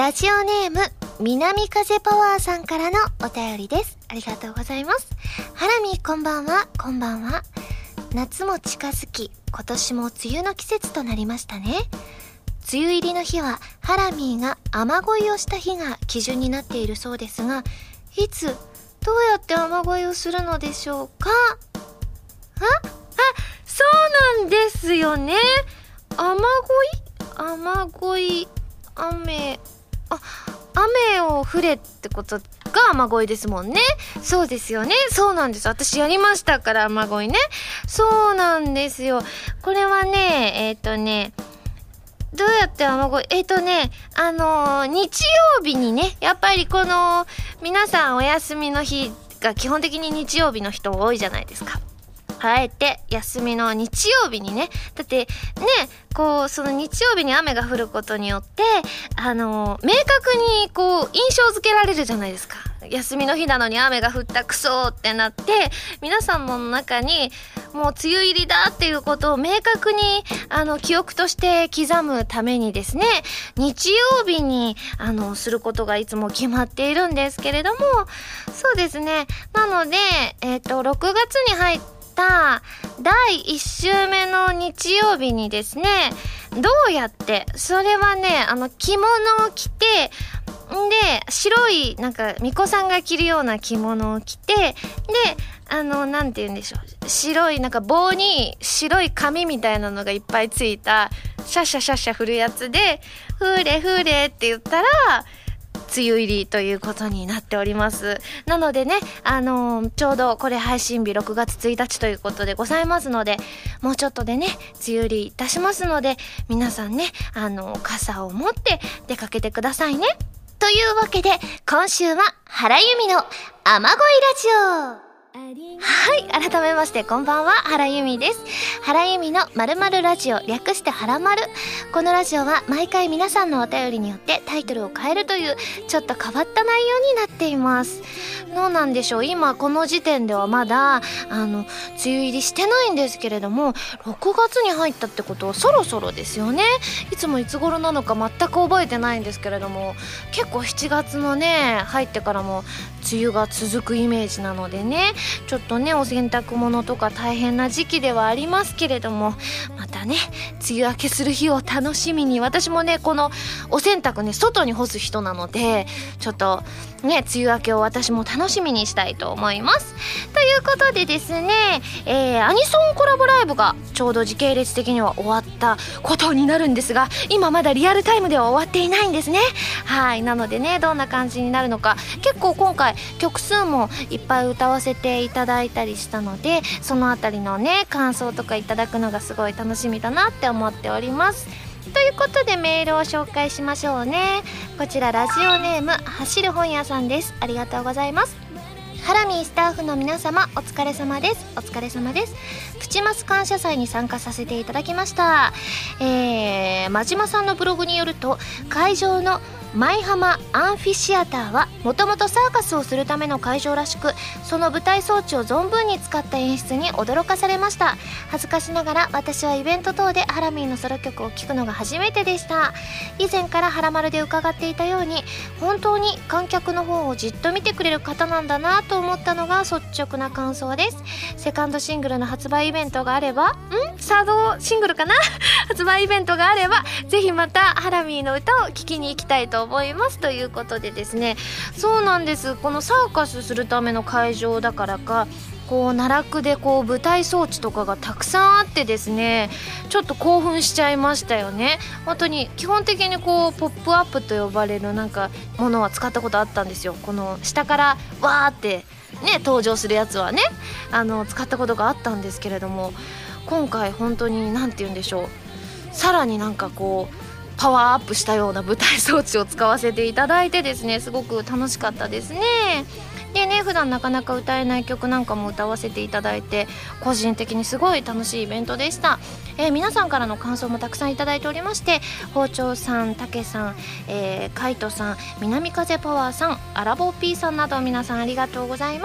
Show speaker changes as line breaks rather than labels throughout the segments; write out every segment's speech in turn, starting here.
ラジオネーム南風パワーさんからのお便りです。ありがとうございます。ハラミこんばんは。こんばんは。夏も近づき、今年も梅雨の季節となりましたね。梅雨入りの日はハラミーが雨乞いをした日が基準になっているそうですが、いつどうやって雨乞いをするのでしょうか。そうなんですよね。雨乞い、雨を降れってことが雨乞いですもんね。そうですよね。そうなんです。私やりましたから、雨乞いね。そうなんですよ。これはね、どうやって雨乞い、日曜日にね、やっぱりこの、皆さんお休みの日が基本的に日曜日の人多いじゃないですか。あえて休みの日曜日にね、だってね、こうその日曜日に雨が降ることによって明確にこう印象付けられるじゃないですか。休みの日なのに雨が降ったクソってなって、皆さんの中にもう梅雨入りだっていうことを明確に記憶として刻むためにですね、日曜日にすることがいつも決まっているんですけれども、そうですね。なので6月に入った第1週目の日曜日にですね、どうやってそれはね、着物を着て、で白いなんか巫女さんが着るような着物を着て、でなんて言うんでしょう、白いなんか棒に白い紙みたいなのがいっぱいついたシャッシャシャッシャ振るやつで、ふれふれって言ったら梅雨入りということになっております。なのでね、ちょうどこれ配信日6月1日ということでございますので、もうちょっとでね、梅雨入りいたしますので、皆さんね、傘を持って出かけてくださいね。というわけで、今週は原由美の雨乞いラジオ。はい、改めましてこんばんは、原由美です。原由美の〇〇ラジオ、略して原丸。このラジオは毎回皆さんのお便りによってタイトルを変えるというちょっと変わった内容になっています。どうなんでしょう、今この時点ではまだ梅雨入りしてないんですけれども、6月に入ったってことはそろそろですよね。いつもいつ頃なのか全く覚えてないんですけれども、結構7月のね入ってからも梅雨が続くイメージなのでね、ちょっとねお洗濯物とか大変な時期ではありますけれども、またね梅雨明けする日を楽しみに、私もねこのお洗濯ね外に干す人なので、ちょっとね梅雨明けを私も楽しみにしたいと思います。ということでですね、アニソンコラボライブがちょうど時系列的には終わったことになるんですが、今まだリアルタイムでは終わっていないんですね。はい、なのでね、どんな感じになるのか、結構今回曲数もいっぱい歌わせていただいたりしたので、そのあたりのね感想とかいただくのがすごい楽しみだなって思っております。ということでメールを紹介しましょうね。こちらラジオネーム走る本屋さんです。ありがとうございます。ハラミースタッフの皆様、お疲れ様です。お疲れ様です。プチマス感謝祭に参加させていただきました。真島さんのブログによると、会場の舞浜アンフィシアターはもともとサーカスをするための会場らしく、その舞台装置を存分に使った演出に驚かされました。恥ずかしながら私はイベント等でハラミーのソロ曲を聴くのが初めてでした。以前からハラマルで伺っていたように、本当に観客の方をじっと見てくれる方なんだなと思ったのが率直な感想です。セカンドシングルの発売イベントがあれば、サードシングルかな発売イベントがあれば、ぜひまたハラミーの歌を聴きに行きたいと思いますということでですね、そうなんです。このサーカスするための会場だからか、こう奈落でこう舞台装置とかがたくさんあってですね、ちょっと興奮しちゃいましたよね。本当に基本的にこうポップアップと呼ばれるなんかものは使ったことあったんですよ。この下からわーってね登場するやつはね使ったことがあったんですけれども、今回本当になんて言うんでしょう、さらになんかこうパワーアップしたような舞台装置を使わせていただいてですね、すごく楽しかったですね。でね、普段なかなか歌えない曲なんかも歌わせていただいて、個人的にすごい楽しいイベントでした。皆さんからの感想もたくさんいただいておりまして、包丁さん、たけさん、カイトさん、南風パワーさん、アラボー P さんなど皆さんありがとうございます。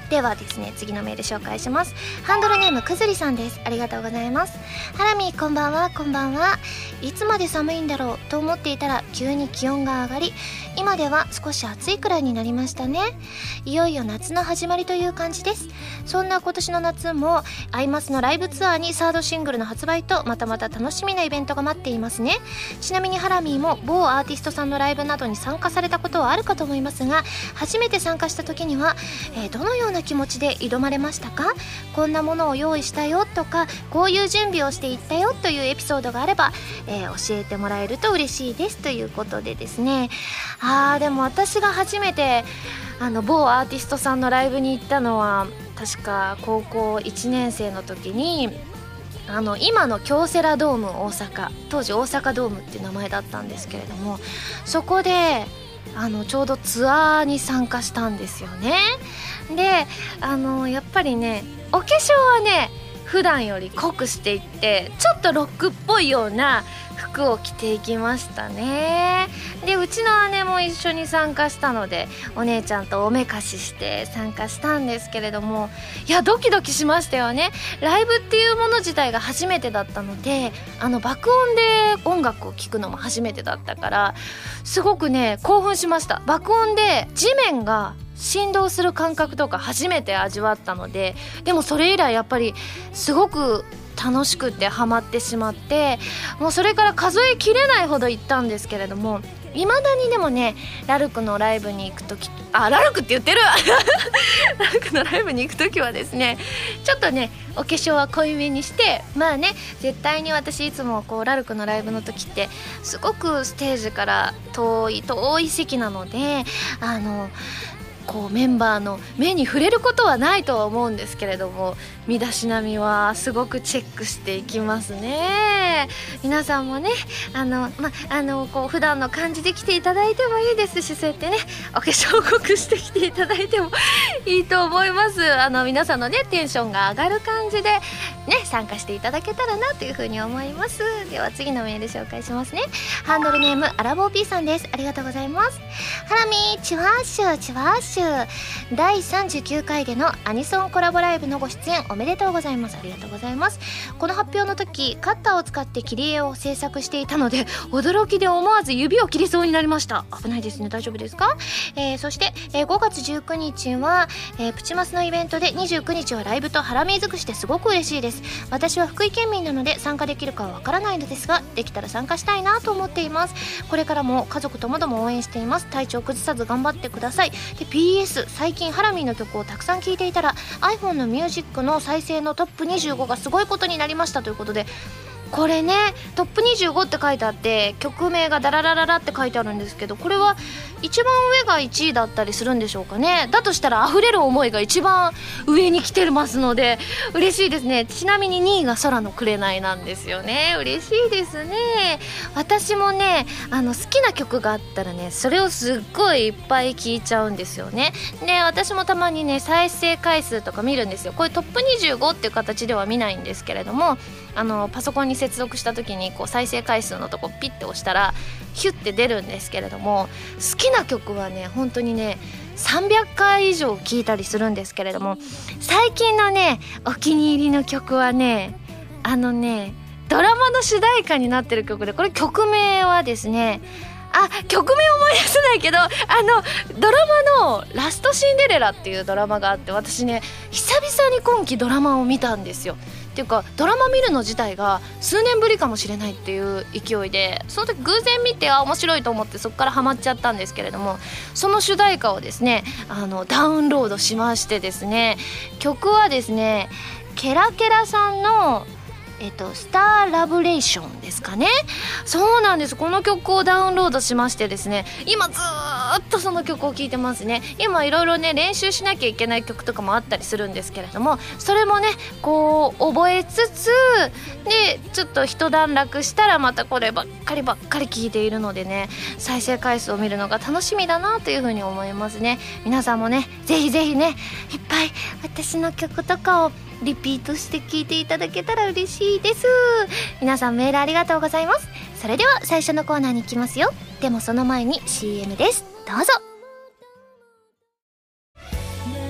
ではですね、次のメール紹介します。ハンドルネームくずりさんです。ありがとうございます。ハラミこんばんは。こんばんは。いつまで寒いんだろうと思っていたら急に気温が上がり、今では少し暑いくらいになりましたね。いよいよ夏の始まりという感じです。そんな今年の夏もアイマスのライブツアーにサードシングルの発売とまたまた楽しみなイベントが待っていますね。ちなみにハラミーも某アーティストさんのライブなどに参加されたことはあるかと思いますが、初めて参加した時には、どのような気持ちで挑まれましたか？こんなものを用意したよとか、こういう準備をしていったよというエピソードがあれば、教えてもらえると嬉しいですということでですね。でも私が初めて某アーティストさんのライブに行ったのは確か高校1年生の時に、今の京セラドーム大阪、当時大阪ドームっていう名前だったんですけれども、そこでちょうどツアーに参加したんですよね。でやっぱりね、お化粧はね普段より濃くしていって、ちょっとロックっぽいような服を着ていきましたね。でうちの姉も一緒に参加したので、お姉ちゃんとおめかしして参加したんですけれども、いやドキドキしましたよね。ライブっていうもの自体が初めてだったので、爆音で音楽を聴くのも初めてだったから、すごくね興奮しました。爆音で地面が振動する感覚とか初めて味わったので、でもそれ以来やっぱりすごく楽しくてハマってしまって、もうそれから数えきれないほど行ったんですけれども、未だにでもねラルクのライブに行くとき、ラルクって言ってるラルクのライブに行くときはですね、ちょっとねお化粧は濃いめにして、まあね絶対に私いつもこうラルクのライブの時ってすごくステージから遠い席なので、こうメンバーの目に触れることはないとは思うんですけれども、身だしなみはすごくチェックしていきますね。皆さんもねこう普段の感じで来ていただいてもいいですし、そうやってねお化粧を濃くしてきていただいてもいいと思います。皆さんのねテンションが上がる感じでね参加していただけたらなというふうに思います。では次のメール紹介しますね。ハンドルネームアラボー P さんです。ありがとうございます。ハラミーチワッシュチワッシュ、第39回でのアニソンコラボライブのご出演おめでとうございます。ありがとうございます。この発表の時カッターを使って切り絵を制作していたので、驚きで思わず指を切りそうになりました。危ないですね、大丈夫ですか？そして、5月19日は、プチマスのイベントで、29日はライブとハラミー尽くしてすごく嬉しいです。私は福井県民なので参加できるかはわからないのですが、できたら参加したいなと思っています。これからも家族ともども応援しています。体調崩さず頑張ってください。で PS、 最近ハラミーの曲をたくさん聴いていたら iPhone のミュージックの再生のトップ25がすごいことになりましたということで、これねトップ25って書いてあって曲名がダララララって書いてあるんですけど、これは一番上が1位だったりするんでしょうかね。だとしたら溢れる思いが一番上に来てますので嬉しいですね。ちなみに2位が空の紅なんですよね。嬉しいですね。私もね好きな曲があったらねそれをすっごいいっぱい聴いちゃうんですよね。で私もたまにね再生回数とか見るんですよ。これトップ25っていう形では見ないんですけれども、パソコンに接続した時にこう再生回数のとこピッて押したらヒュッて出るんですけれども、好きな曲はね本当にね300回以上聴いたりするんですけれども、最近のねお気に入りの曲はねドラマの主題歌になってる曲で、これ曲名はですね曲名思い出せないけどドラマのラストシンデレラっていうドラマがあって、私ね久々に今期ドラマを見たんですよ。っていうかドラマ見るの自体が数年ぶりかもしれないっていう勢いで、その時偶然見て面白いと思ってそこからハマっちゃったんですけれども、その主題歌をですねダウンロードしましてですね、曲はですねケラケラさんのスターラブレーションですかね。そうなんです。この曲をダウンロードしましてですね、今ずーっとその曲を聴いてますね。今いろいろね練習しなきゃいけない曲とかもあったりするんですけれども、それもねこう覚えつつでちょっと一段落したらまたこればっかり聴いているのでね、再生回数を見るのが楽しみだなというふうに思いますね。皆さんもねぜひぜひねいっぱい私の曲とかをリピートして聴いていただけたら嬉しいです。皆さんメールありがとうございます。それでは最初のコーナーに行きますよ。でもその前に CM です。どうぞ。ハ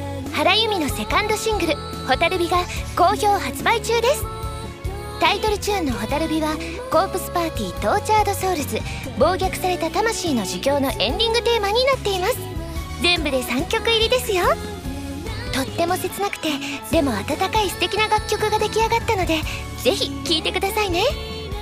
原由美のセカンドシングル「蛍火」が好評発売中です。タイトルチューンの「蛍火」はコープスパーティートーチャードソウルズ暴虐された魂の儒教のエンディングテーマになっています。全部で3曲入りですよ。とっても切なくてでも温かい素敵な楽曲が出来上がったので、ぜひ聴いてくださいね。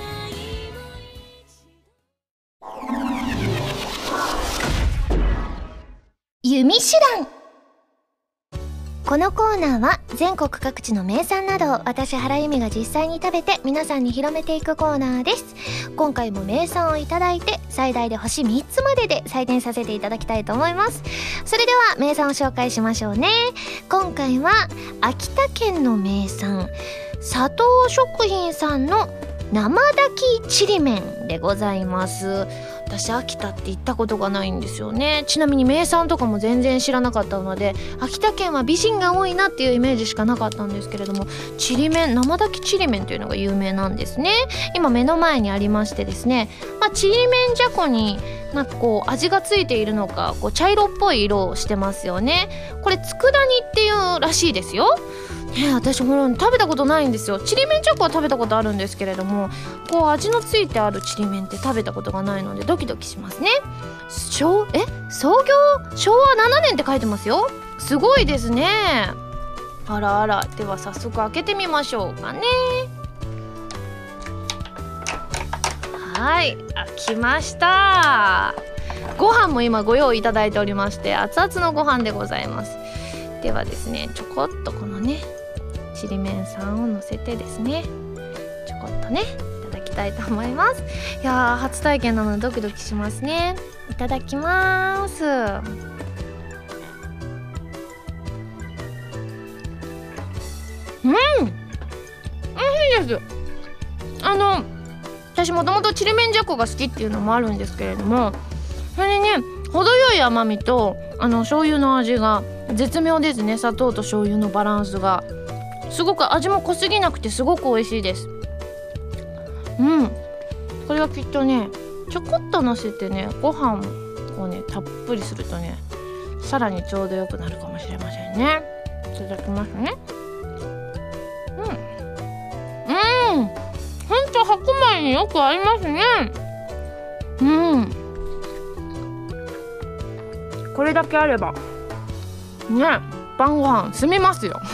弓手段。このコーナーは全国各地の名産などを私原由美が実際に食べて皆さんに広めていくコーナーです。今回も名産をいただいて最大で星3つまでで採点させていただきたいと思います。それでは名産を紹介しましょうね。今回は秋田県の名産佐藤食品さんの生炊きちりめんでございます。私秋田って行ったことがないんですよね。ちなみに名産とかも全然知らなかったので、秋田県は美人が多いなっていうイメージしかなかったんですけれども、ちりめん、生炊きちりめんというのが有名なんですね。今目の前にありましてですね、ちりめんじゃこになんかこう味がついているのかこう茶色っぽい色をしてますよね。これ佃煮っていうらしいですよ。私ほら食べたことないんですよ。ちりめんじゃこは食べたことあるんですけれども、こう味のついてあるちりめんって食べたことがないのでドキドキしますね。創業昭和7年って書いてますよ。すごいですね。あらあら。では早速開けてみましょうかね。はい、開きました。ご飯も今ご用意いただいておりまして、熱々のご飯でございます。ではですね、ちょこっとこのねちりめんさんを乗せてですね、ちょこっとねいただきたいと思います。いやー、初体験なのでドキドキしますね。いただきます。美味しいです。私もともとちりめんじゃこが好きっていうのもあるんですけれども、それにね程よい甘みと醤油の味が絶妙ですね。砂糖と醤油のバランスがすごく、味も濃すぎなくてすごく美味しいです。これはきっとねちょこっとのせてねご飯をねたっぷりするとねさらにちょうどよくなるかもしれませんね。いただきますね。ほんと白米によく合いますね。これだけあればね晩ご飯済みますよ。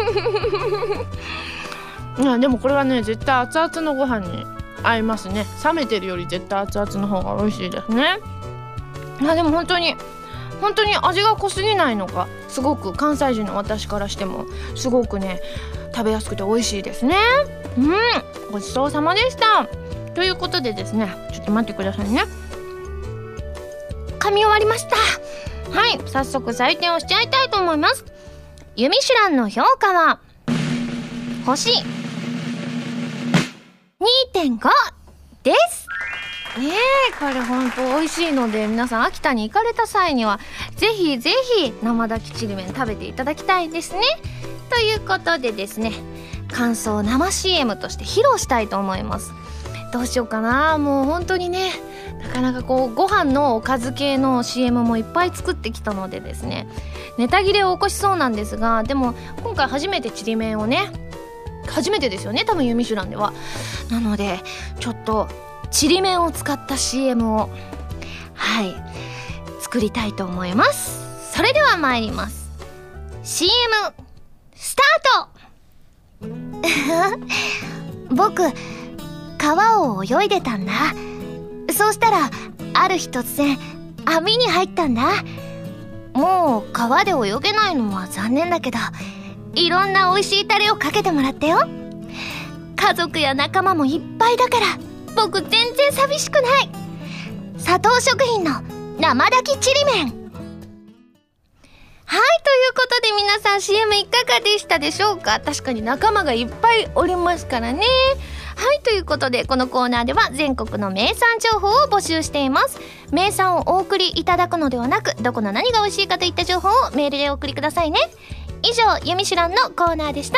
いやでもこれはね絶対熱々のご飯に合いますね。冷めてるより絶対熱々の方が美味しいですね。いやでも本当に味が濃すぎないのがすごく関西人の私からしてもすごくね食べやすくて美味しいですね。ごちそうさまでした。ということでですね、ちょっと待ってくださいね。噛み終わりました。はい、早速採点をしちゃいたいと思います。ユミシュランの評価は星 2.5 です。これほんと美味しいので、皆さん秋田に行かれた際にはぜひぜひ生炊きちりめん食べていただきたいですね。ということでですね、感想を生 CM として披露したいと思います。どうしようかな。もう本当にねなかなかこうご飯のおかず系の CM もいっぱい作ってきたのでですね、ネタ切れを起こしそうなんですが、でも今回初めてちりめんをね、初めてですよね多分ユミシュランでは。なのでちょっとちりめんを使った CM を作りたいと思います。それでは参ります。 CM スタート。僕川を泳いでたんだ。そうしたらある日突然網に入ったんだ。もう川で泳げないのは残念だけど、いろんな美味しいタレをかけてもらったよ。家族や仲間もいっぱいだから僕全然寂しくない。佐藤食品の生炊きちりめん。はい、ということで皆さん CM いかがでしたでしょうか。確かに仲間がいっぱいおりますからね。はい、ということでこのコーナーでは全国の名産情報を募集しています。名産をお送りいただくのではなく、どこの何が美味しいかといった情報をメールでお送りくださいね。以上、ユミシュランのコーナーでした。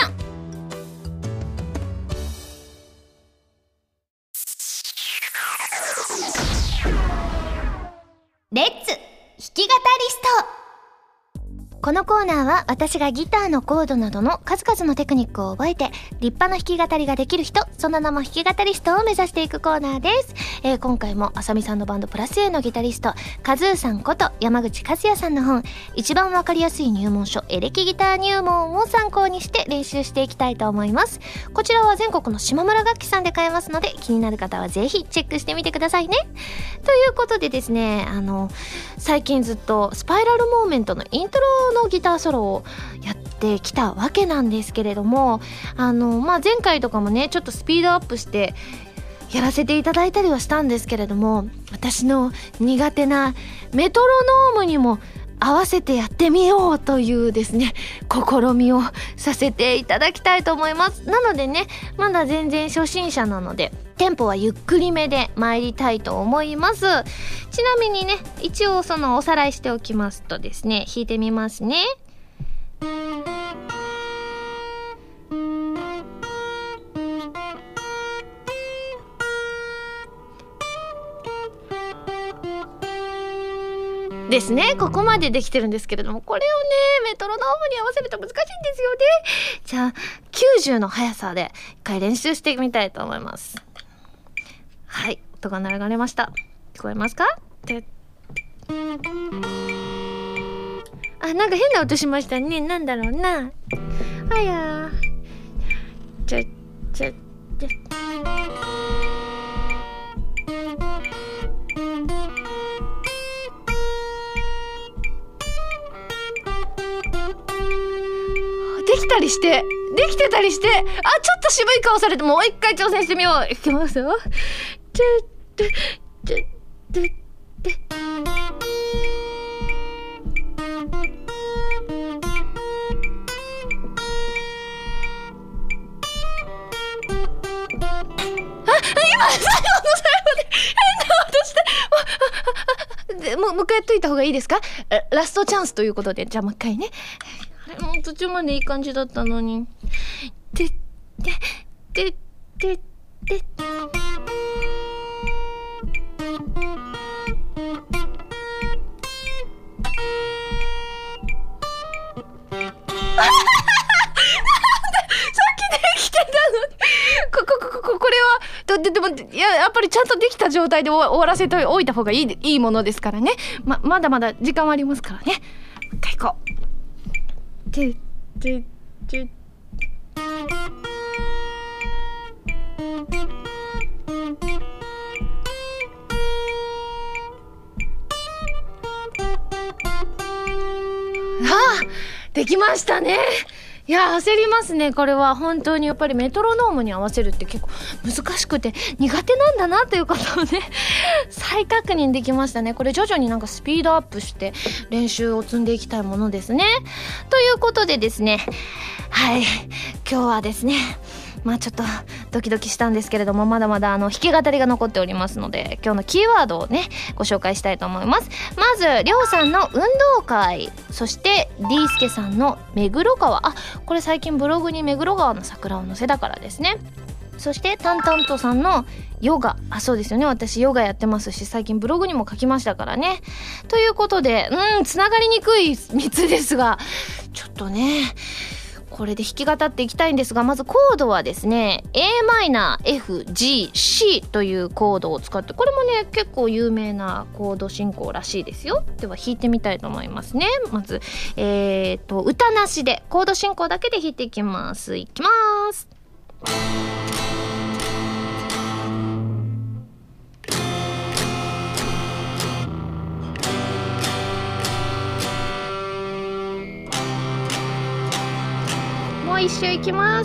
レッツ弾き語りスト。 このコーナーは私がギターのコードなどの数々のテクニックを覚えて立派な弾き語りができる人、その名も弾き語りストを目指していくコーナーです。今回もあさみさんのバンドプラス A のギタリストカズーさんこと山口和也さんの本、一番わかりやすい入門書エレキギター入門を参考にして練習していきたいと思います。こちらは全国の島村楽器さんで買えますので、気になる方はぜひチェックしてみてくださいね。ということでですね、最近ずっとスパイラルモーメントのイントロのギターソロをやってきたわけなんですけれども、前回とかもねちょっとスピードアップしてやらせていただいたりはしたんですけれども、私の苦手なメトロノームにも合わせてやってみようというですね試みをさせていただきたいと思います。なのでね、まだ全然初心者なのでテンポはゆっくりめで参りたいと思います。ちなみにね、一応そのおさらいしておきますとですね、弾いてみますね。ですね、ここまでできてるんですけれども、これをねメトロノームに合わせると難しいんですよね。じゃあ90の速さで一回練習してみたいと思います。はい、音が流れました。聞こえますか？なんか変な音しましたね。なんだろうな。あやーできたりしてできてたりして、ちょっと渋い顔されてもう一回挑戦してみよう。いきますよ。今最後で変な音してもう一回やっといた方がいいですか？ラストチャンスということで、じゃあもう一回ね。もう途中までいい感じだったのに。これはでもやっぱりちゃんとできた状態で終わらせておいた方がいいものですからね。まだまだ時間はありますからね。もう一回行こう。できましたね。いや焦りますね。これは本当にやっぱりメトロノームに合わせるって結構難しくて苦手なんだなということをね再確認できましたね。これ徐々になんかスピードアップして練習を積んでいきたいものですね。ということでですね、はい、今日はですねちょっとドキドキしたんですけれども、まだまだ弾き語りが残っておりますので、今日のキーワードをねご紹介したいと思います。まずりょうさんの運動会、そしてりーすけさんの目黒川、これ最近ブログに目黒川の桜を載せたからですね。そしてタンタントさんのヨガ、そうですよね、私ヨガやってますし最近ブログにも書きましたからね。ということでつながりにくい3つですが、ちょっとねこれで弾き語っていきたいんですが、まずコードはですね Am、F、G、C というコードを使って、これもね結構有名なコード進行らしいですよ。では弾いてみたいと思いますね。まず歌なしでコード進行だけで弾いていきます。いきます。もう一周いきます。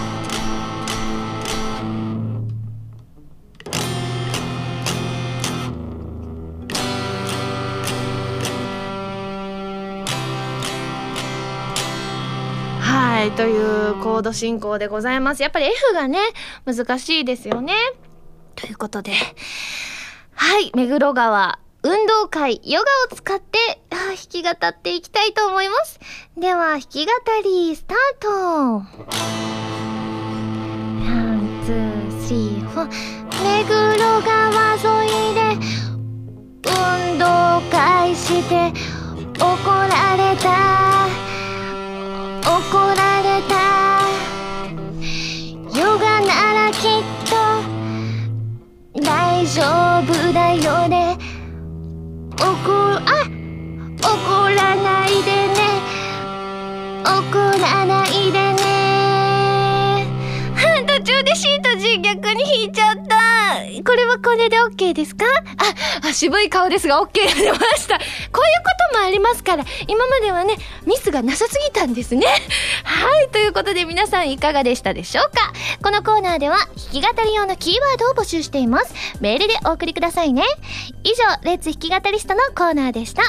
はい、というコード進行でございます。やっぱり F がね難しいですよね。ということで、はい、目黒川運動会ヨガを使って弾き語っていきたいと思います。では弾き語りスタート。1、2、3、4。目黒川沿いで運動会して怒られた怒られた、ヨガならきっと大丈夫だよね。怒らないでね、怒らないでね。途中で C と G 逆に弾いちゃった。これはこれで OK ですか？渋い顔ですが OK が出ました。こういうこともありますから、今まではねミスがなさすぎたんですね。はい、ということで皆さんいかがでしたでしょうか？このコーナーでは弾き語り用のキーワードを募集しています。メールでお送りくださいね。以上、レッツ弾き語りストのコーナーでした。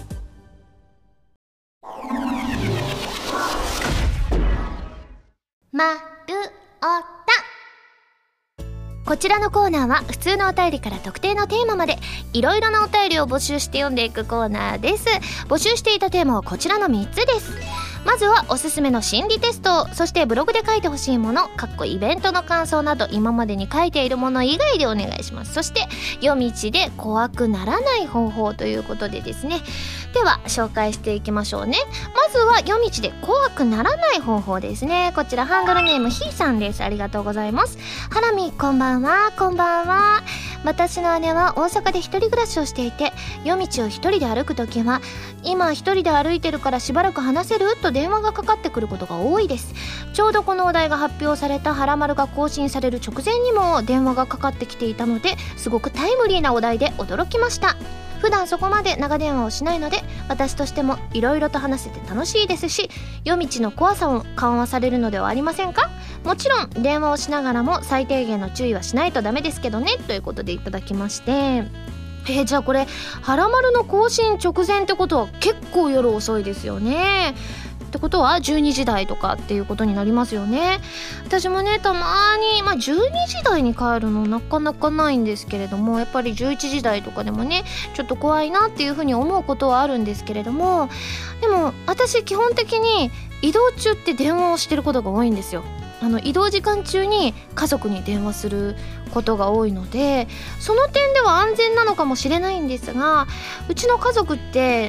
まるおた。こちらのコーナーは普通のお便りから特定のテーマまでいろいろなお便りを募集して読んでいくコーナーです。募集していたテーマはこちらの3つです。まずはおすすめの心理テスト、そしてブログで書いてほしいもの、イベントの感想など今までに書いているもの以外でお願いします。そして夜道で怖くならない方法ということでですね。では紹介していきましょうね。まずは夜道で怖くならない方法ですね。こちらハンドルネームひーさんです。ありがとうございます。ハラミこんばんは。こんばんは。私の姉は大阪で一人暮らしをしていて、夜道を一人で歩くときは今一人で歩いてるからしばらく話せると電話がかかってくることが多いです。ちょうどこのお題が発表されたハラマルが更新される直前にも電話がかかってきていたので、すごくタイムリーなお題で驚きました。普段そこまで長電話をしないので、私としてもいろいろと話せて楽しいですし、夜道の怖さを緩和されるのではありませんか？もちろん電話をしながらも最低限の注意はしないとダメですけどね、ということでいただきまして、じゃあこれハラマルの更新直前ってことは結構夜遅いですよね。ってことは12時台とかっていうことになりますよね。私もねたまに、12時台に帰るのなかなかないんですけれども、やっぱり11時台とかでもねちょっと怖いなっていうふうに思うことはあるんですけれども、でも私基本的に移動中って電話をしてることが多いんですよ。移動時間中に家族に電話することが多いので、その点では安全なのかもしれないんですが、うちの家族って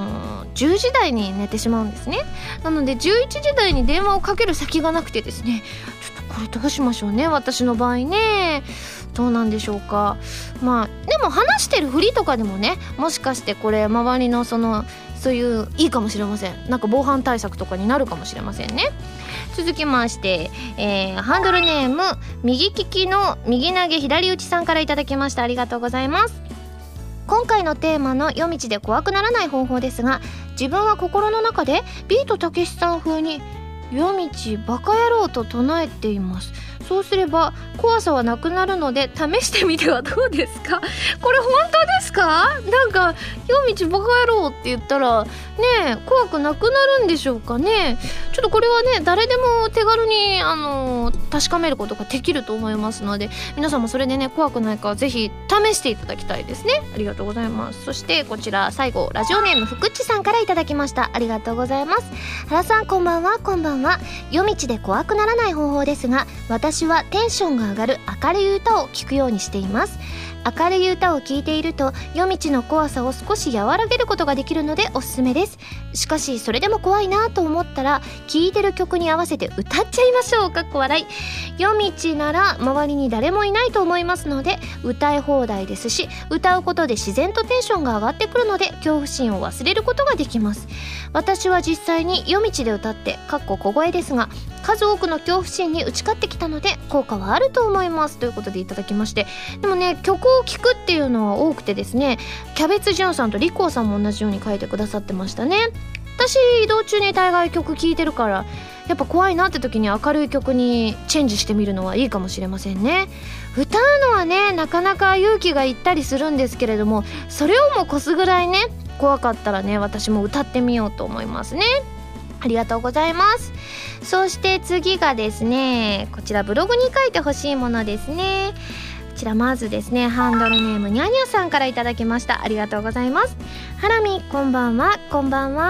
10時台に寝てしまうんですね。なので11時台に電話をかける先がなくてですね、ちょっとこれどうしましょうね、私の場合ね。どうなんでしょうか。でも話してるふりとかでもね、もしかしてこれ周りのそういういいかもしれません。なんか防犯対策とかになるかもしれませんね。続きまして、ハンドルネーム右利きの右投げ左打ちさんからいただきました。ありがとうございます。今回のテーマの夜道で怖くならない方法ですが、自分は心の中でビートたけしさん風に夜道バカ野郎と唱えています。そうすれば怖さはなくなるので試してみてはどうですか？これ本当ですか？なんか夜道バカ野郎って言ったらね怖くなくなるんでしょうかね。ちょっとこれはね誰でも手軽に確かめることができると思いますので、皆さんもそれでね怖くないかぜひ試していただきたいですね。ありがとうございます。そしてこちら最後ラジオネームふくっちさんからいただきました。ありがとうございます。原さんこんばんは。こんばんは。夜道で怖くならない方法ですが、私はテンションが上がる明るい歌を聴くようにしています。明るい歌を聴いていると夜道の怖さを少し和らげることができるのでおすすめです。しかしそれでも怖いなと思ったら聴いてる曲に合わせて歌っちゃいましょう。かっこ笑い。夜道なら周りに誰もいないと思いますので歌い放題ですし、歌うことで自然とテンションが上がってくるので恐怖心を忘れることができます。私は実際に夜道で歌って小声ですが数多くの恐怖心に打ち勝ってきたので効果はあると思います、ということでいただきまして、でもね曲を聴くっていうのは多くてですね、キャベツジュンさんとリコーさんも同じように書いてくださってましたね。私移動中に大概曲聴いてるからやっぱ怖いなって時に明るい曲にチェンジしてみるのはいいかもしれませんね。歌うのはねなかなか勇気がいったりするんですけれども、それをも越すぐらいね怖かったらね私も歌ってみようと思いますね。ありがとうございます。そして次がですね、こちらブログに書いてほしいものですね。こちらまずですね、ハンドルネームにゃにゃさんからいただきました。ありがとうございます。ハラミこんばんは。こんばんは。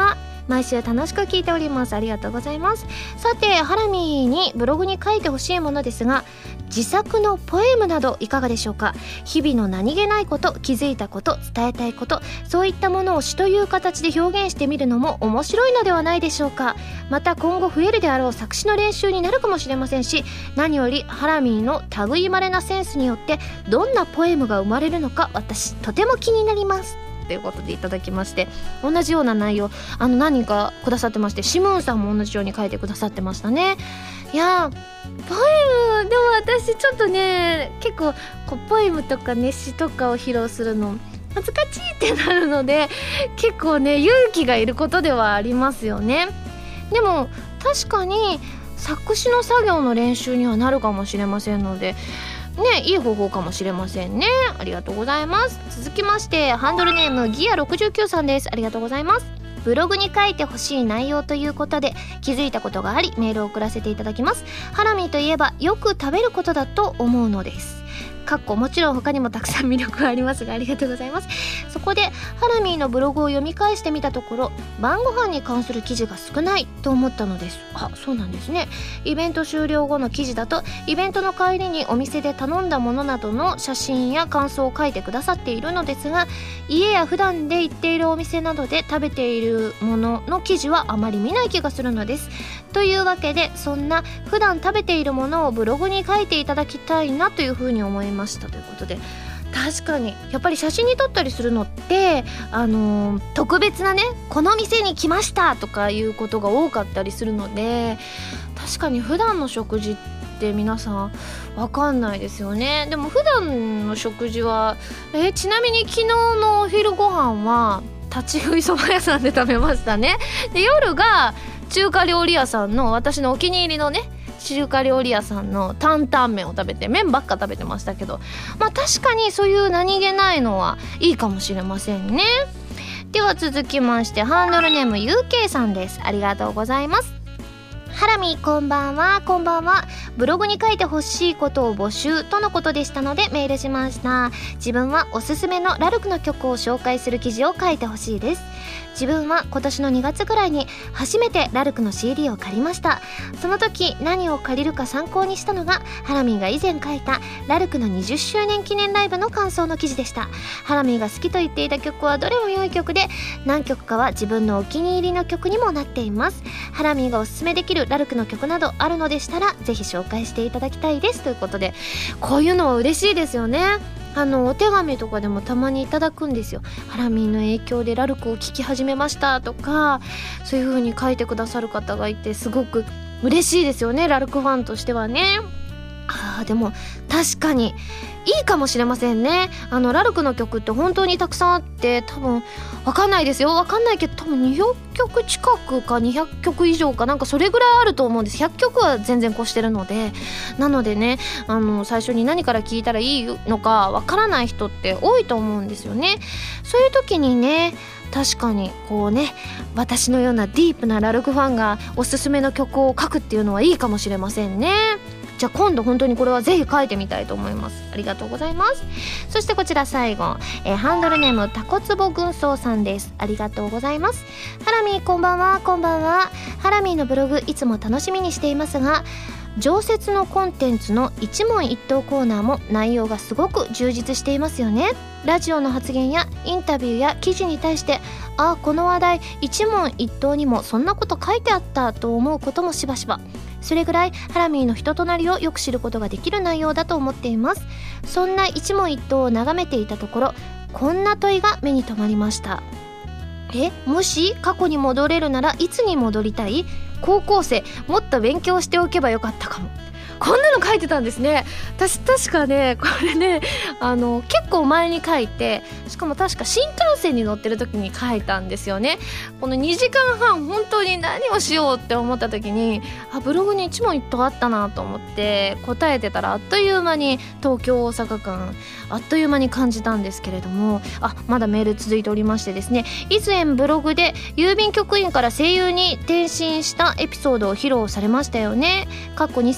毎週楽しく聞いております。ありがとうございます。さて、ハラミーにブログに書いてほしいものですが、自作のポエムなどいかがでしょうか。日々の何気ないこと、気づいたこと、伝えたいこと、そういったものを詩という形で表現してみるのも面白いのではないでしょうか。また今後増えるであろう作詞の練習になるかもしれませんし、何よりハラミーの類いまれなセンスによってどんなポエムが生まれるのか、私とても気になりますということでいただきまして、同じような内容何人かくださってまして、シムーンさんも同じように書いてくださってましたね。いやポエムでも私ちょっとね、結構ポエムとかね、詩とかを披露するの恥ずかしいってなるので、結構ね勇気がいることではありますよね。でも確かに作詞の作業の練習にはなるかもしれませんのでね、いい方法かもしれませんね。ありがとうございます。続きまして、ハンドルネームギア69さんです。ありがとうございます。ブログに書いてほしい内容ということで気づいたことがあり、メールを送らせていただきます。ハラミーといえばよく食べることだと思うのです。もちろん他にもたくさん魅力がありますが、ありがとうございます。そこでハラミーのブログを読み返してみたところ、晩ご飯に関する記事が少ないと思ったのです。そうなんですね。イベント終了後の記事だと、イベントの帰りにお店で頼んだものなどの写真や感想を書いてくださっているのですが、家や普段で行っているお店などで食べているものの記事はあまり見ない気がするのです。というわけで、そんな普段食べているものをブログに書いていただきたいなというふうに思いましたということで、確かにやっぱり写真に撮ったりするのって特別なね、この店に来ましたとかいうことが多かったりするので、確かに普段の食事って皆さんわかんないですよね。でも普段の食事はちなみに昨日のお昼ご飯は立ち食いそば屋さんで食べましたね。で、夜が中華料理屋さんの、私のお気に入りのね中華料理屋さんの担々麺を食べて、麺ばっか食べてましたけど、確かにそういう何気ないのはいいかもしれませんね。では続きまして、ハンドルネーム UK さんです。ありがとうございます。ハラミこんばんは。こんばんは。ブログに書いてほしいことを募集とのことでしたのでメールしました。自分はおすすめのラルクの曲を紹介する記事を書いてほしいです。自分は今年の2月ぐらいに初めてラルクの CD を借りました。その時何を借りるか参考にしたのが、ハラミーが以前書いたラルクの20周年記念ライブの感想の記事でした。ハラミーが好きと言っていた曲はどれも良い曲で、何曲かは自分のお気に入りの曲にもなっています。ハラミーがおすすめできるラルクの曲などあるのでしたらぜひ紹介していただきたいですということで、こういうのは嬉しいですよね。お手紙とかでもたまにいただくんですよ。ハラミーの影響でラルクを聴き始めましたとか、そういう風に書いてくださる方がいてすごく嬉しいですよね、ラルクファンとしてはね。でも確かにいいかもしれませんね。ラルクの曲って本当にたくさんあって、多分わかんないですよ、わかんないけど多分200曲近くか200曲以上かなんかそれぐらいあると思うんです。100曲は全然越してるので、なのでね、最初に何から聞いたらいいのかわからない人って多いと思うんですよね。そういう時にね、確かにこうね、私のようなディープなラルクファンがおすすめの曲を書くっていうのはいいかもしれませんね。じゃあ今度本当にこれはぜひ書いてみたいと思います。ありがとうございます。そしてこちら最後、ハンドルネームタコツボ軍曹さんです。ありがとうございます。ハラミーこんばんは。こんばんは。ハラミーのブログいつも楽しみにしていますが、常設のコンテンツの一問一答コーナーも内容がすごく充実していますよね。ラジオの発言やインタビューや記事に対して、この話題一問一答にもそんなこと書いてあったと思うこともしばしば。それぐらいハラミーの人となりをよく知ることができる内容だと思っています。そんな一問一答を眺めていたところ、こんな問いが目に留まりました。もし過去に戻れるならいつに戻りたい？高校生、もっと勉強しておけばよかったかも。こんなの書いてたんですね。私確かね、これね、結構前に書いて、しかも確か新幹線に乗ってる時に書いたんですよね。この2時間半本当に何をしようって思った時に、ブログに一問一答あったなと思って答えてたら、あっという間に東京大阪間あっという間に感じたんですけれども、まだメール続いておりましてですね、以前ブログで郵便局員から声優に転身したエピソードを披露されましたよね。2011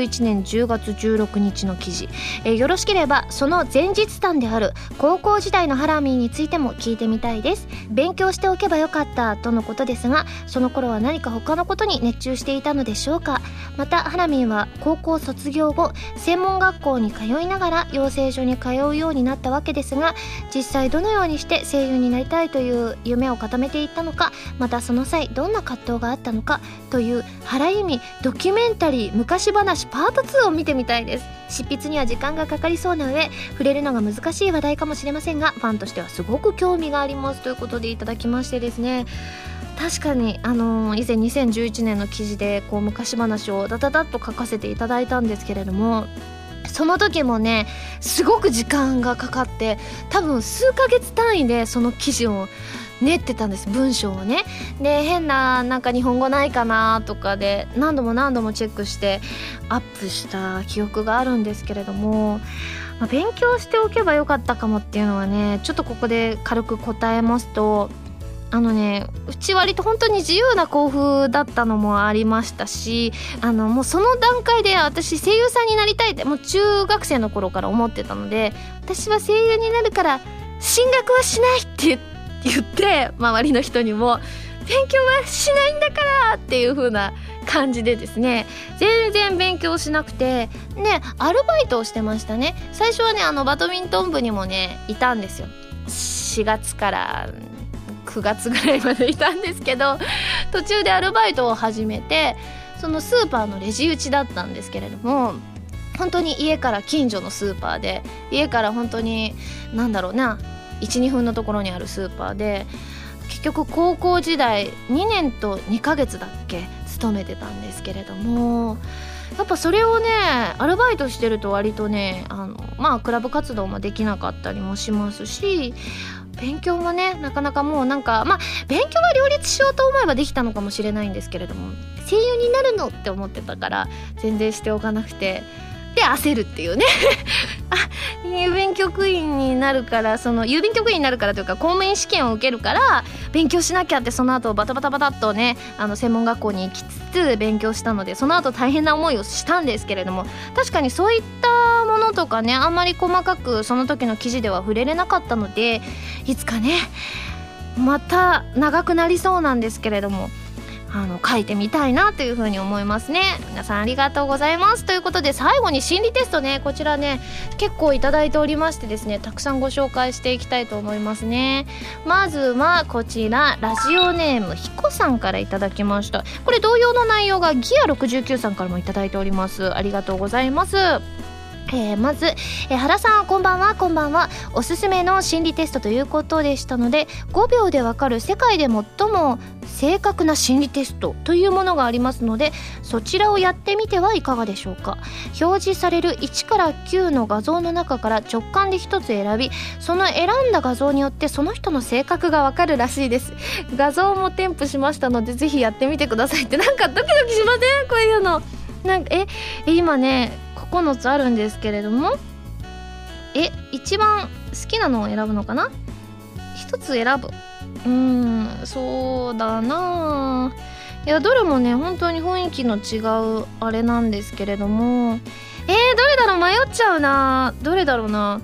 2011年10月16日の記事、よろしければその前日談である高校時代のハラミーについても聞いてみたいです。勉強しておけばよかったとのことですが、その頃は何か他のことに熱中していたのでしょうか。またハラミーは高校卒業後専門学校に通いながら養成所に通うようになったわけですが、実際どのようにして声優になりたいという夢を固めていったのか、またその際どんな葛藤があったのかという原由美ドキュメンタリー昔話パート2を見てみたいです。執筆には時間がかかりそうな上、触れるのが難しい話題かもしれませんが、ファンとしてはすごく興味がありますということでいただきましてですね、確かに以前2011年の記事でこう昔話をダダダッと書かせていただいたんですけれども、その時もねすごく時間がかかって、多分数ヶ月単位でその記事を練ってたんです、文章をね。で変ななんか日本語ないかなとかで何度もチェックしてアップした記憶があるんですけれども、勉強しておけばよかったかもっていうのはね、ちょっとここで軽く答えますと、うち割と本当に自由な校風だったのもありましたし、もうその段階で私声優さんになりたいってもう中学生の頃から思ってたので、私は声優になるから進学はしないって言って周りの人にも勉強はしないんだからっていう風な感じでですね、全然勉強しなくてね、アルバイトをしてましたね。最初はねバドミントン部にもねいたんですよ。4月から9月ぐらいまでいたんですけど、途中でアルバイトを始めて、そのスーパーのレジ打ちだったんですけれども、本当に家から近所のスーパーで、家から本当に1,2 分のところにあるスーパーで、結局高校時代2年と2ヶ月だっけ勤めてたんですけれども、やっぱそれをねアルバイトしてると割とねクラブ活動もできなかったりもしますし、勉強もねなかなかもう勉強は両立しようと思えばできたのかもしれないんですけれども、声優になるのって思ってたから全然しておかなくて、で焦るっていうね郵便局員になるから、その郵便局員になるからというか公務員試験を受けるから勉強しなきゃって、その後バタバタっとね専門学校に行きつつ勉強したので、その後大変な思いをしたんですけれども、確かにそういったものとかねあんまり細かくその時の記事では触れれなかったので、いつかねまた長くなりそうなんですけれども書いてみたいなというふうに思いますね。皆さんありがとうございます。ということで最後に心理テストね、こちらね結構いただいておりましてですね、たくさんご紹介していきたいと思いますね。まずはこちらラジオネームひこさんからいただきました。これ同様の内容がギア69さんからもいただいております。ありがとうございます。まず、原さんこんばんは。おすすめの心理テストということでしたので、5秒でわかる世界で最も正確な心理テストというものがありますので、そちらをやってみてはいかがでしょうか。表示される1から9の画像の中から直感で1つ選び、その選んだ画像によってその人の性格がわかるらしいです。画像も添付しましたのでぜひやってみてくださいって、なんかドキドキしません？こういうの今ね9つあるんですけれども、一番好きなのを選ぶのかな。1つ選ぶ。そうだな。いやどれもね本当に雰囲気の違うあれなんですけれども、どれだろう、迷っちゃうな。どれだろうな。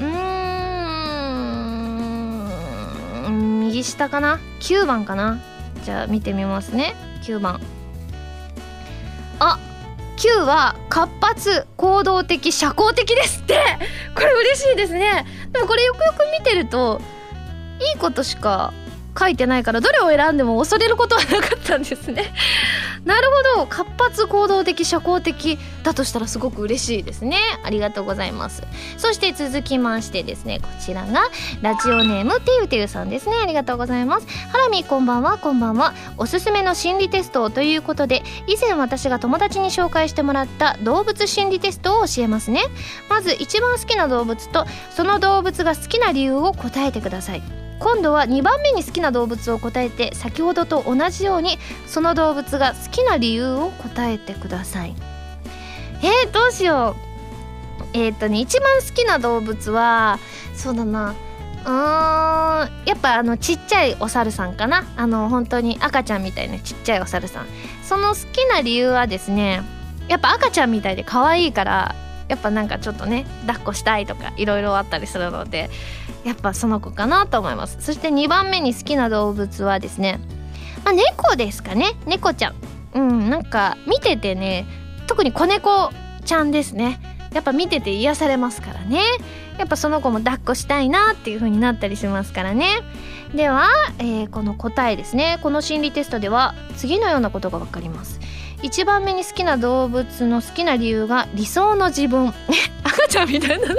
右下かな。9番かな。じゃあ見てみますね。9番。9は活発、行動的、社交的ですって。これ嬉しいですね。でもこれよくよく見てるといいことしか書いてないから、どれを選んでも恐れることはなかったんですね。なるほど、活発、行動的、社交的だとしたらすごく嬉しいですね。ありがとうございます。そして続きましてですね、こちらがラジオネームてゆてゆさんですね。ありがとうございます。ハラミこんばんは。おすすめの心理テストということで、以前私が友達に紹介してもらった動物心理テストを教えますね。まず一番好きな動物とその動物が好きな理由を答えてください。今度は2番目に好きな動物を答えて、先ほどと同じようにその動物が好きな理由を答えてください。どうしよう。一番好きな動物はそうだな、やっぱちっちゃいお猿さんかな。本当に赤ちゃんみたいなちっちゃいお猿さん。その好きな理由はですね、 やっぱ赤ちゃんみたいで可愛いから、やっぱなんかちょっとね抱っこしたいとかいろいろあったりするので、やっぱその子かなと思います。そして2番目に好きな動物はですね、猫ですかね。猫ちゃん、なんか見ててね、特に子猫ちゃんですね。やっぱ見てて癒されますからね。やっぱその子も抱っこしたいなっていう風になったりしますからね。では、この答えですね。この心理テストでは次のようなことが分かります。1番目に好きな動物の好きな理由が理想の自分赤ちゃんみたいなそう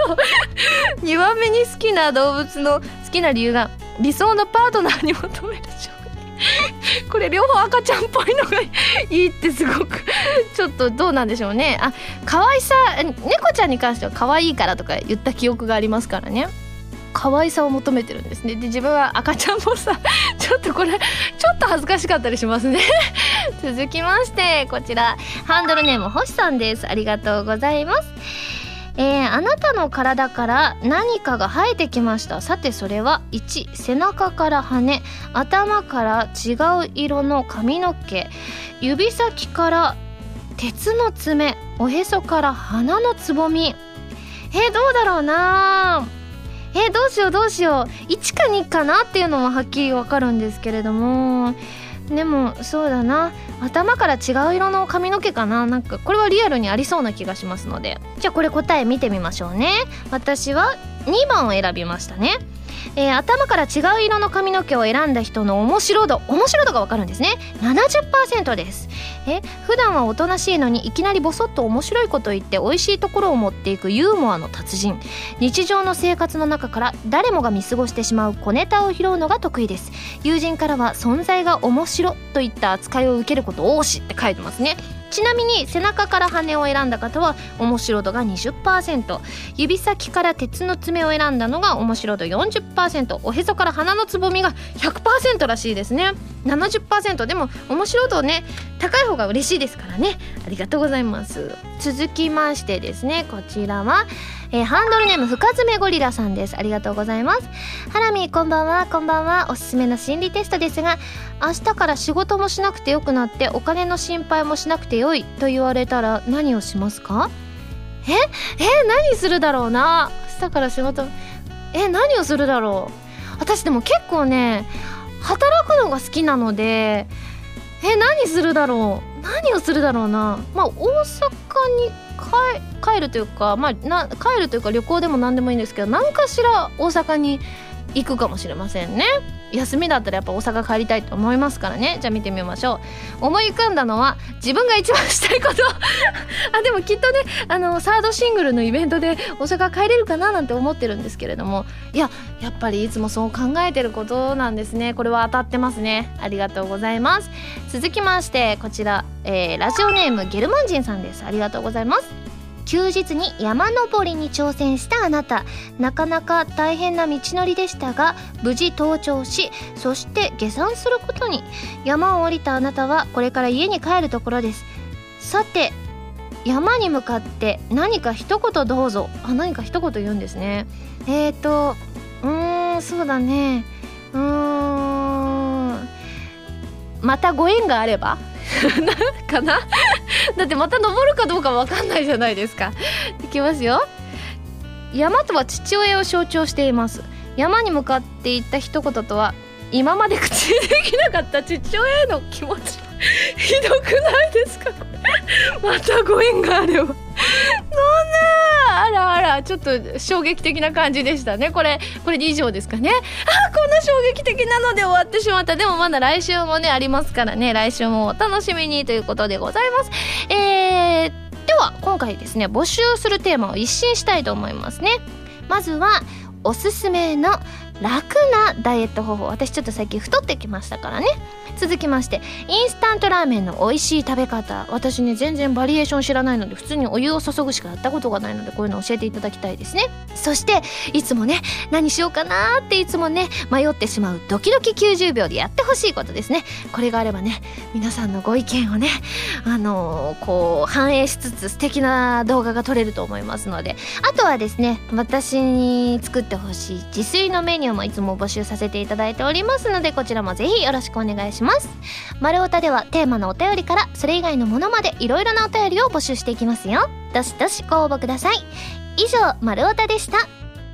2番目に好きな動物の好きな理由が理想のパートナーに求める衝撃これ両方赤ちゃんっぽいのがいいってすごくちょっとどうなんでしょうね。可愛さ、猫ちゃんに関しては可愛いからとか言った記憶がありますからね。可愛さを求めてるんですね。で自分は赤ちゃんもさちょっとこれちょっと恥ずかしかったりしますね続きましてこちらハンドルネーム星さんです。ありがとうございます。あなたの体から何かが生えてきました。さてそれは1、背中から羽、頭から違う色の髪の毛、指先から鉄の爪、おへそから花のつぼみ。どうだろうな。どうしよう1か2かなっていうのははっきりわかるんですけれども、でもそうだな、頭から違う色の髪の毛かな。なんかこれはリアルにありそうな気がしますので、じゃあこれ答え見てみましょうね。私は2番を選びましたね。頭から違う色の髪の毛を選んだ人の面白度がわかるんですね。 70% です。普段はおとなしいのにいきなりボソッと面白いこと言って美味しいところを持っていくユーモアの達人。日常の生活の中から誰もが見過ごしてしまう小ネタを拾うのが得意です。友人からは存在が面白といった扱いを受けること多しって書いてますね。ちなみに背中から羽を選んだ方は面白度が 20%、 指先から鉄の爪を選んだのが面白度 40%、 おへそから花のつぼみが 100% らしいですね。 70% でも面白度ね高い方が嬉しいですからね。ありがとうございます。続きましてですね、こちらはハンドルネーム深爪ゴリラさんです。ありがとうございます。ハラミこんばんは。こんばんは。おすすめの心理テストですが、明日から仕事もしなくてよくなってお金の心配もしなくてよいと言われたら何をしますか？何するだろうな。明日から仕事何をするだろう。私でも結構ね働くのが好きなので何するだろう。何をするだろうな。大阪に帰るというか、帰るというか旅行でも何でもいいんですけど、何かしら大阪に行くかもしれませんね。休みだったらやっぱ大阪帰りたいと思いますからね。じゃあ見てみましょう。思い浮かんだのは自分が一番したいことでもきっとねサードシングルのイベントで大阪帰れるかななんて思ってるんですけれども、やっぱりいつもそう考えてることなんですね。これは当たってますね。ありがとうございます。続きましてこちら、ラジオネームゲルマン人さんです。ありがとうございます。休日に山登りに挑戦したあなた、なかなか大変な道のりでしたが無事登頂し、そして下山することに。山を降りたあなたはこれから家に帰るところです。さて山に向かって何か一言どうぞ。何か一言言うんですね。そうだね、またご縁があればかなだってまた登るかどうか分かんないじゃないですか。いきますよ。山とは父親を象徴しています。山に向かって言った一言とは今まで口にできなかった父親への気持ちひどくないですかまたご縁があればそんなあらちょっと衝撃的な感じでしたね。これで以上ですかね。こんな衝撃的なので終わってしまった。でもまだ来週もねありますからね、来週もお楽しみにということでございます。では今回ですね募集するテーマを一新したいと思いますね。まずはおすすめの楽なダイエット方法。私ちょっと最近太ってきましたからね。続きましてインスタントラーメンの美味しい食べ方。私ね全然バリエーション知らないので普通にお湯を注ぐしかやったことがないのでこういうの教えていただきたいですね。そしていつもね何しようかなっていつもね迷ってしまうドキドキ90秒でやってほしいことですね。これがあればね皆さんのご意見をねこう反映しつつ素敵な動画が撮れると思いますので、あとはですね私に作ってほしい自炊のメニューーもいつも募集させていただいておりますので、こちらもぜひよろしくお願いします。丸おたではテーマのお便りからそれ以外のものまでいろいろなお便りを募集していきますよ。どしどしご応募ください。以上、丸おたでした。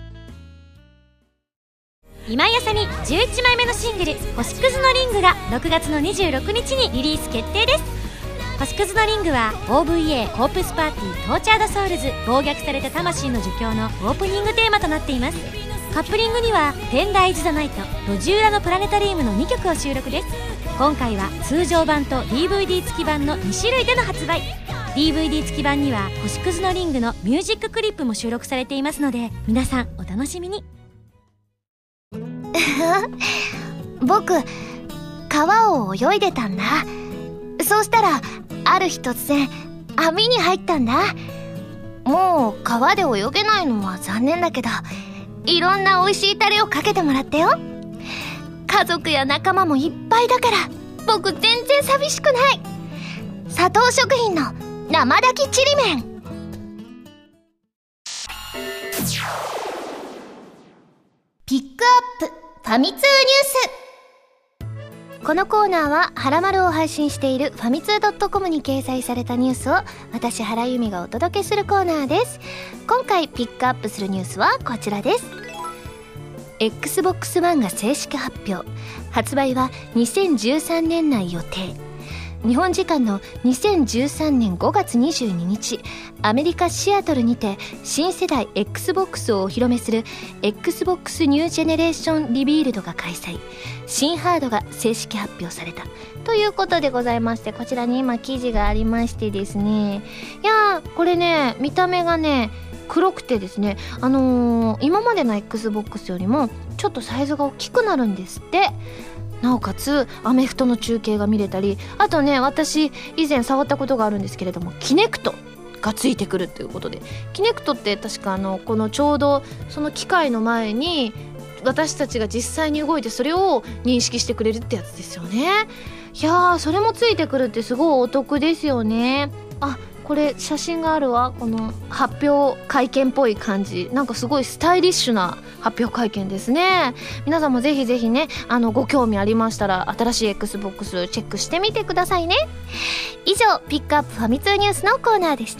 今井あさみ11枚目のシングル「星屑のリング」が6月の26日にリリース決定です。星屑のリングは OVA コープスパーティートーチャードソウルズ暴虐された魂の儒教のオープニングテーマとなっています。カップリングには「テンダーイズザナイト」路地裏のプラネタリウムの2曲を収録です。今回は通常版と DVD 付き版の2種類での発売。 DVD 付き版には星屑のリングのミュージッククリップも収録されていますので、皆さんお楽しみに。
僕、川を泳いでたんだ。そうしたらある日突然網に入ったんだ。もう川で泳げないのは残念だけど、いろんな美味しいタレをかけてもらったよ。家族や仲間もいっぱいだから僕全然寂しくない。佐藤食品の生炊きちりめん。ピックアップファミ通ニュース。このコーナーははらまるを配信しているファミツー .com に掲載されたニュースを私原由美がお届けするコーナーです。今回ピックアップするニュースはこちらです。 Xbox One が正式発表。発売は2013年内予定。日本時間の2013年5月22日、アメリカシアトルにて新世代 Xbox をお披露目する Xbox New Generation Revealed が開催。新ハードが正式発表されたということでございまして、こちらに今記事がありましてですね、いやーこれね、見た目がね黒くてですね、今までの Xbox よりもちょっとサイズが大きくなるんですって。なおかつアメフトの中継が見れたり、あとね、私以前触ったことがあるんですけれども、キネクトがついてくるということで、キネクトって確かこのちょうどその機械の前に私たちが実際に動いてそれを認識してくれるってやつですよね。いやー、それもついてくるってすごいお得ですよね。あ、これ写真があるわ。この発表会見っぽい感じ、なんかすごいスタイリッシュな発表会見ですね。皆さんもぜひぜひね、ご興味ありましたら新しい Xbox チェックしてみてくださいね。以上、ピックアップファミ通ニュースのコーナーでした。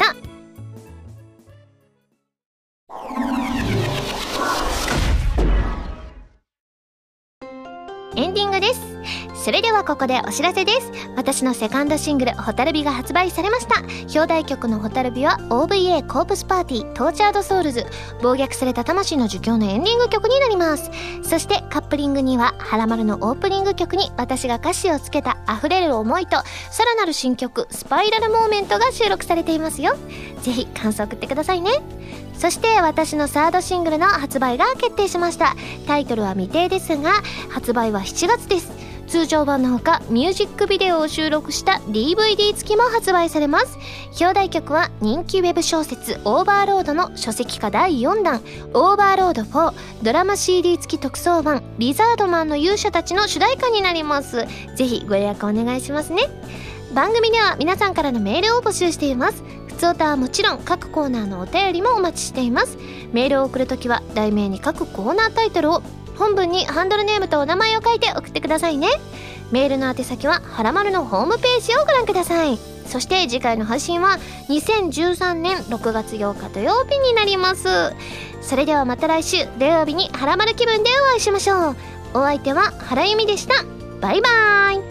エンディングです。それではここでお知らせです。私のセカンドシングル「ホタルビ」が発売されました。表題曲の「ホタルビ」は OVA コープスパーティートーチャードソウルズ暴虐された魂の儒教のエンディング曲になります。そしてカップリングにははらまるのオープニング曲に私が歌詞をつけた溢れる思いと、さらなる新曲スパイラルモーメントが収録されていますよ。ぜひ感想送ってくださいね。そして私のサードシングルの発売が決定しました。タイトルは未定ですが発売は7月です。通常版のほかミュージックビデオを収録した DVD 付きも発売されます。表題曲は人気ウェブ小説オーバーロードの書籍化第4弾オーバーロード4ドラマ CD 付き特装版リザードマンの勇者たちの主題歌になります。ぜひご予約お願いしますね。番組では皆さんからのメールを募集しています。ふつおたはもちろん各コーナーのお便りもお待ちしています。メールを送るときは題名に各コーナータイトルを、本文にハンドルネームとお名前を書いて送ってくださいね。メールの宛先ははらまるのホームページをご覧ください。そして次回の配信は2013年6月8日土曜日になります。それではまた来週土曜日にはらまる気分でお会いしましょう。お相手は原由美でした。バイバーイ。